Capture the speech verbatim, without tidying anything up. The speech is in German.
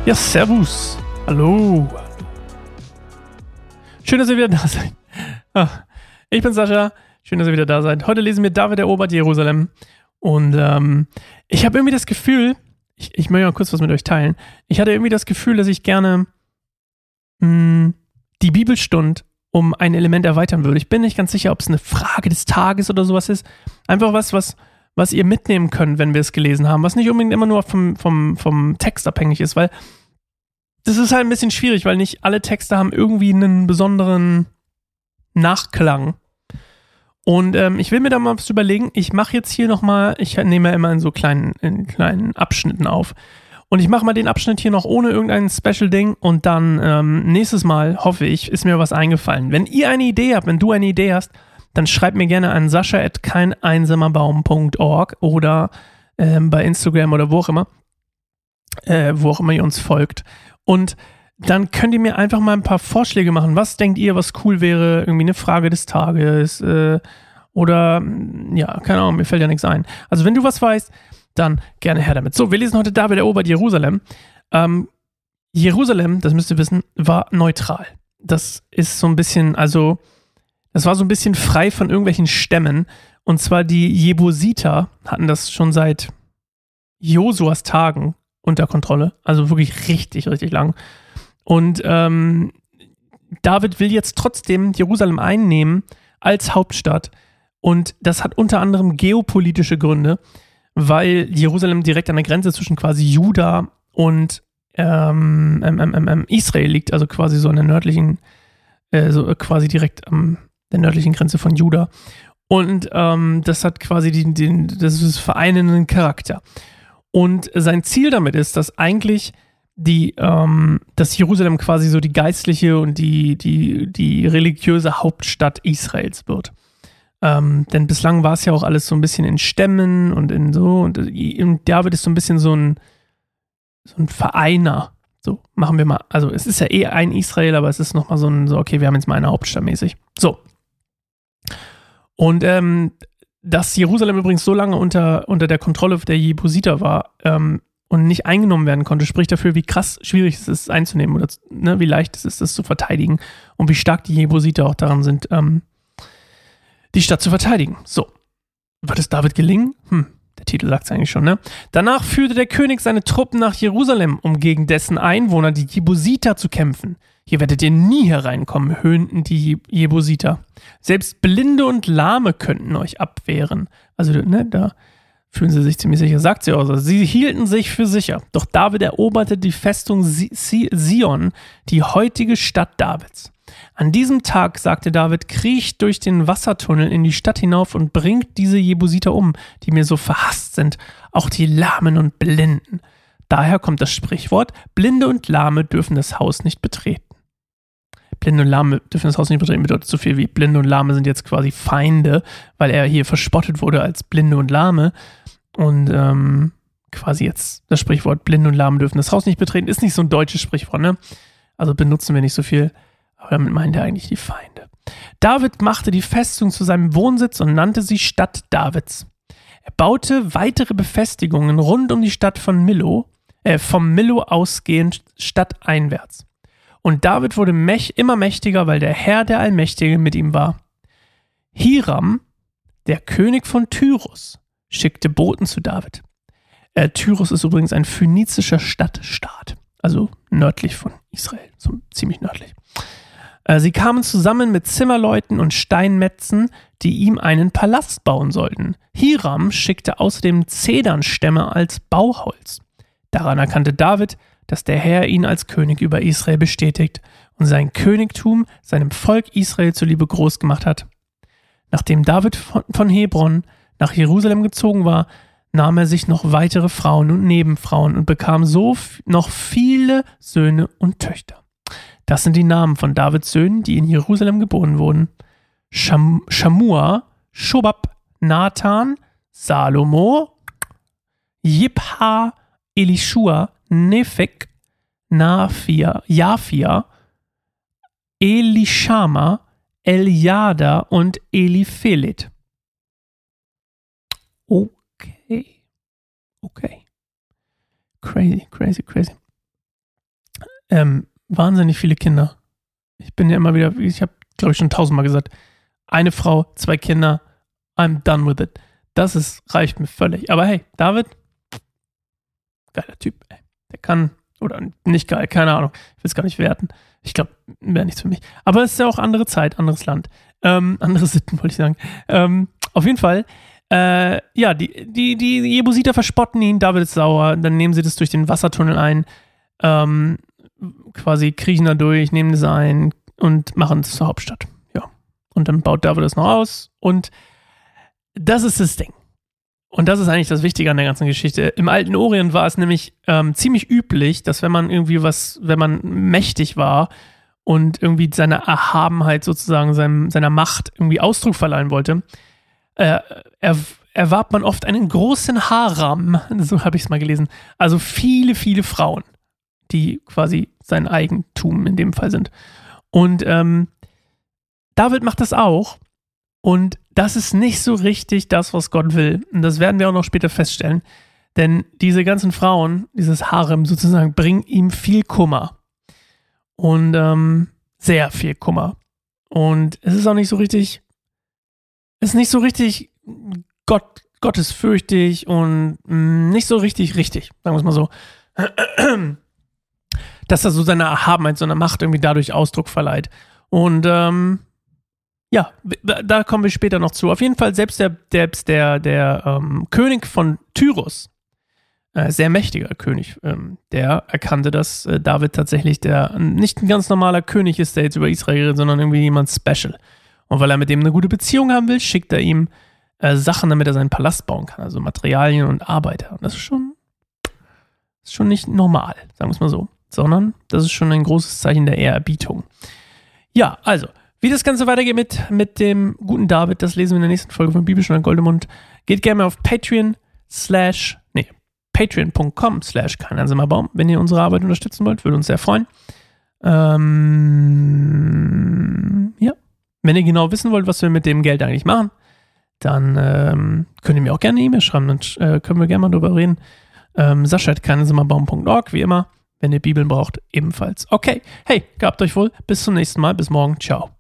Ja, servus. Hallo. Schön, dass ihr wieder da seid. Ah, ich bin Sascha. Schön, dass ihr wieder da seid. Heute lesen wir David erobert Jerusalem. Und ähm, ich habe irgendwie das Gefühl, ich, ich möchte mal kurz was mit euch teilen. Ich hatte irgendwie das Gefühl, dass ich gerne mh, die Bibelstunde um ein Element erweitern würde. Ich bin nicht ganz sicher, ob es eine Frage des Tages oder sowas ist. Einfach was, was, was ihr mitnehmen könnt, wenn wir es gelesen haben. Was nicht unbedingt immer nur vom, vom, vom Text abhängig ist, weil das ist halt ein bisschen schwierig, weil nicht alle Texte haben irgendwie einen besonderen Nachklang. Und ähm, ich will mir da mal was überlegen. Ich mache jetzt hier nochmal, ich nehme ja immer in so kleinen, in kleinen Abschnitten auf. Und ich mache mal den Abschnitt hier noch ohne irgendein Special-Ding und dann ähm, nächstes Mal, hoffe ich, ist mir was eingefallen. Wenn ihr eine Idee habt, wenn du eine Idee hast, dann schreibt mir gerne an sascha at keineinsamerbaum punkt org oder ähm, bei Instagram oder wo auch immer, äh, wo auch immer ihr uns folgt. Und dann könnt ihr mir einfach mal ein paar Vorschläge machen. Was denkt ihr, was cool wäre? Irgendwie eine Frage des Tages äh, oder, ja, keine Ahnung, mir fällt ja nichts ein. Also wenn du was weißt, dann gerne her damit. So, wir lesen heute David erobert Jerusalem. Ähm, Jerusalem, das müsst ihr wissen, war neutral. Das ist so ein bisschen, also, das war so ein bisschen frei von irgendwelchen Stämmen. Und zwar die Jebusiter hatten das schon seit Josuas Tagen unter Kontrolle. Also wirklich richtig, richtig lang. Und ähm, David will jetzt trotzdem Jerusalem einnehmen als Hauptstadt. Und das hat unter anderem geopolitische Gründe, weil Jerusalem direkt an der Grenze zwischen quasi Juda und ähm, ähm, ähm, ähm, Israel liegt, also quasi so an der nördlichen, äh, so quasi direkt an der nördlichen Grenze von Juda. Und ähm, das hat quasi den, den, das ist vereinenden Charakter. Und sein Ziel damit ist, dass eigentlich die, ähm, dass Jerusalem quasi so die geistliche und die, die, die religiöse Hauptstadt Israels wird. Ähm, denn bislang war es ja auch alles so ein bisschen in Stämmen und in so, und, und David ist so ein bisschen so ein, so ein Vereiner. So, machen wir mal, also es ist ja eh ein Israel, aber es ist nochmal so ein, so, okay, wir haben jetzt mal eine Hauptstadt mäßig. So. Und ähm, dass Jerusalem übrigens so lange unter, unter der Kontrolle der Jebusiter war ähm, und nicht eingenommen werden konnte, spricht dafür, wie krass schwierig es ist, einzunehmen oder ne, wie leicht es ist, das zu verteidigen und wie stark die Jebusiter auch daran sind, ähm, die Stadt zu verteidigen. So. Wird es David gelingen? Hm, der Titel sagt es eigentlich schon, ne? Danach führte der König seine Truppen nach Jerusalem, um gegen dessen Einwohner, die Jebusiter, zu kämpfen. Hier werdet ihr nie hereinkommen, höhnten die Jebusiter. Selbst Blinde und Lahme könnten euch abwehren. Also, ne, da fühlen sie sich ziemlich sicher, sagt sie auch so. Sie hielten sich für sicher. Doch David eroberte die Festung Sion, die heutige Stadt Davids. An diesem Tag, sagte David, kriecht durch den Wassertunnel in die Stadt hinauf und bringt diese Jebusiter um, die mir so verhasst sind, auch die Lahmen und Blinden. Daher kommt das Sprichwort, Blinde und Lahme dürfen das Haus nicht betreten. Blinde und Lahme dürfen das Haus nicht betreten bedeutet so viel wie Blinde und Lahme sind jetzt quasi Feinde, weil er hier verspottet wurde als Blinde und Lahme. Und ähm, quasi jetzt das Sprichwort Blinde und Lahme dürfen das Haus nicht betreten, ist nicht so ein deutsches Sprichwort, ne? Also benutzen wir nicht so viel. Aber damit meint er eigentlich die Feinde. David machte die Festung zu seinem Wohnsitz und nannte sie Stadt Davids. Er baute weitere Befestigungen rund um die Stadt von Millo, äh, vom Millo ausgehend stadteinwärts. Und David wurde mäch- immer mächtiger, weil der Herr, der Allmächtige, mit ihm war. Hiram, der König von Tyrus, schickte Boten zu David. Äh, Tyrus ist übrigens ein phönizischer Stadtstaat, also nördlich von Israel, so ziemlich nördlich. Sie kamen zusammen mit Zimmerleuten und Steinmetzen, die ihm einen Palast bauen sollten. Hiram schickte außerdem Zedernstämme als Bauholz. Daran erkannte David, dass der Herr ihn als König über Israel bestätigt und sein Königtum seinem Volk Israel zuliebe groß gemacht hat. Nachdem David von Hebron nach Jerusalem gezogen war, nahm er sich noch weitere Frauen und Nebenfrauen und bekam so noch viele Söhne und Töchter. Das sind die Namen von Davids Söhnen, die in Jerusalem geboren wurden. Sham- Shamua, Shobab, Nathan, Salomo, Jibha, Elishua, Nephek, Nafia, Jafia, Elishama, Eliada und Eliphelet. Okay. Okay. Crazy, crazy, crazy. ähm, wahnsinnig viele Kinder. Ich bin ja immer wieder, ich habe, glaube ich, schon tausendmal gesagt, eine Frau, zwei Kinder, I'm done with it. Das ist, reicht mir völlig. Aber hey, David, geiler Typ, ey. Der kann, oder nicht geil, keine Ahnung, ich will es gar nicht werten. Ich glaube, wäre nichts für mich. Aber es ist ja auch andere Zeit, anderes Land. Ähm, andere Sitten, wollte ich sagen. Ähm, auf jeden Fall, äh, ja, die, die, die Jebusiter verspotten ihn, David ist sauer, dann nehmen sie das durch den Wassertunnel ein, ähm, quasi kriechen da durch, nehmen das ein und machen es zur Hauptstadt. Ja. Und dann baut David das noch aus und das ist das Ding. Und das ist eigentlich das Wichtige an der ganzen Geschichte. Im alten Orient war es nämlich ähm, ziemlich üblich, dass wenn man irgendwie was, wenn man mächtig war und irgendwie seiner Erhabenheit sozusagen, seinem, seiner Macht irgendwie Ausdruck verleihen wollte, äh, er, erwarb man oft einen großen Harem, so habe ich es mal gelesen. Also viele, viele Frauen, die quasi sein Eigentum in dem Fall sind. Und ähm, David macht das auch. Und das ist nicht so richtig das, was Gott will. Und das werden wir auch noch später feststellen. Denn diese ganzen Frauen, dieses Harem sozusagen, bringen ihm viel Kummer. Und ähm, sehr viel Kummer. Und es ist auch nicht so richtig, es ist nicht so richtig Gott, gottesfürchtig und mh, nicht so richtig richtig, sagen wir es mal so. Dass er so seine Erhabenheit, seine Macht irgendwie dadurch Ausdruck verleiht. Und ähm, ja, da kommen wir später noch zu. Auf jeden Fall, selbst der, selbst der, der ähm, König von Tyrus, äh, sehr mächtiger König, ähm, der erkannte, dass äh, David tatsächlich der nicht ein ganz normaler König ist, der jetzt über Israel redet, sondern irgendwie jemand special. Und weil er mit dem eine gute Beziehung haben will, schickt er ihm äh, Sachen, damit er seinen Palast bauen kann, also Materialien und Arbeiter. Und das ist schon, ist schon nicht normal, sagen wir es mal so, sondern das ist schon ein großes Zeichen der Ehrerbietung. Ja, also, wie das Ganze weitergeht mit, mit dem guten David, das lesen wir in der nächsten Folge von Bibelstunde Goldemund. Geht gerne mal auf Patreon slash, nee, patreon.com slash Kein wenn ihr unsere Arbeit unterstützen wollt, würde uns sehr freuen. Ähm, ja, wenn ihr genau wissen wollt, was wir mit dem Geld eigentlich machen, dann ähm, könnt ihr mir auch gerne eine E-Mail schreiben, dann äh, können wir gerne mal drüber reden. Ähm, Sascha at keinensimmerbaum punkt org, wie immer. Wenn ihr Bibeln braucht, ebenfalls. Okay, hey, gehabt euch wohl. Bis zum nächsten Mal. Bis morgen. Ciao.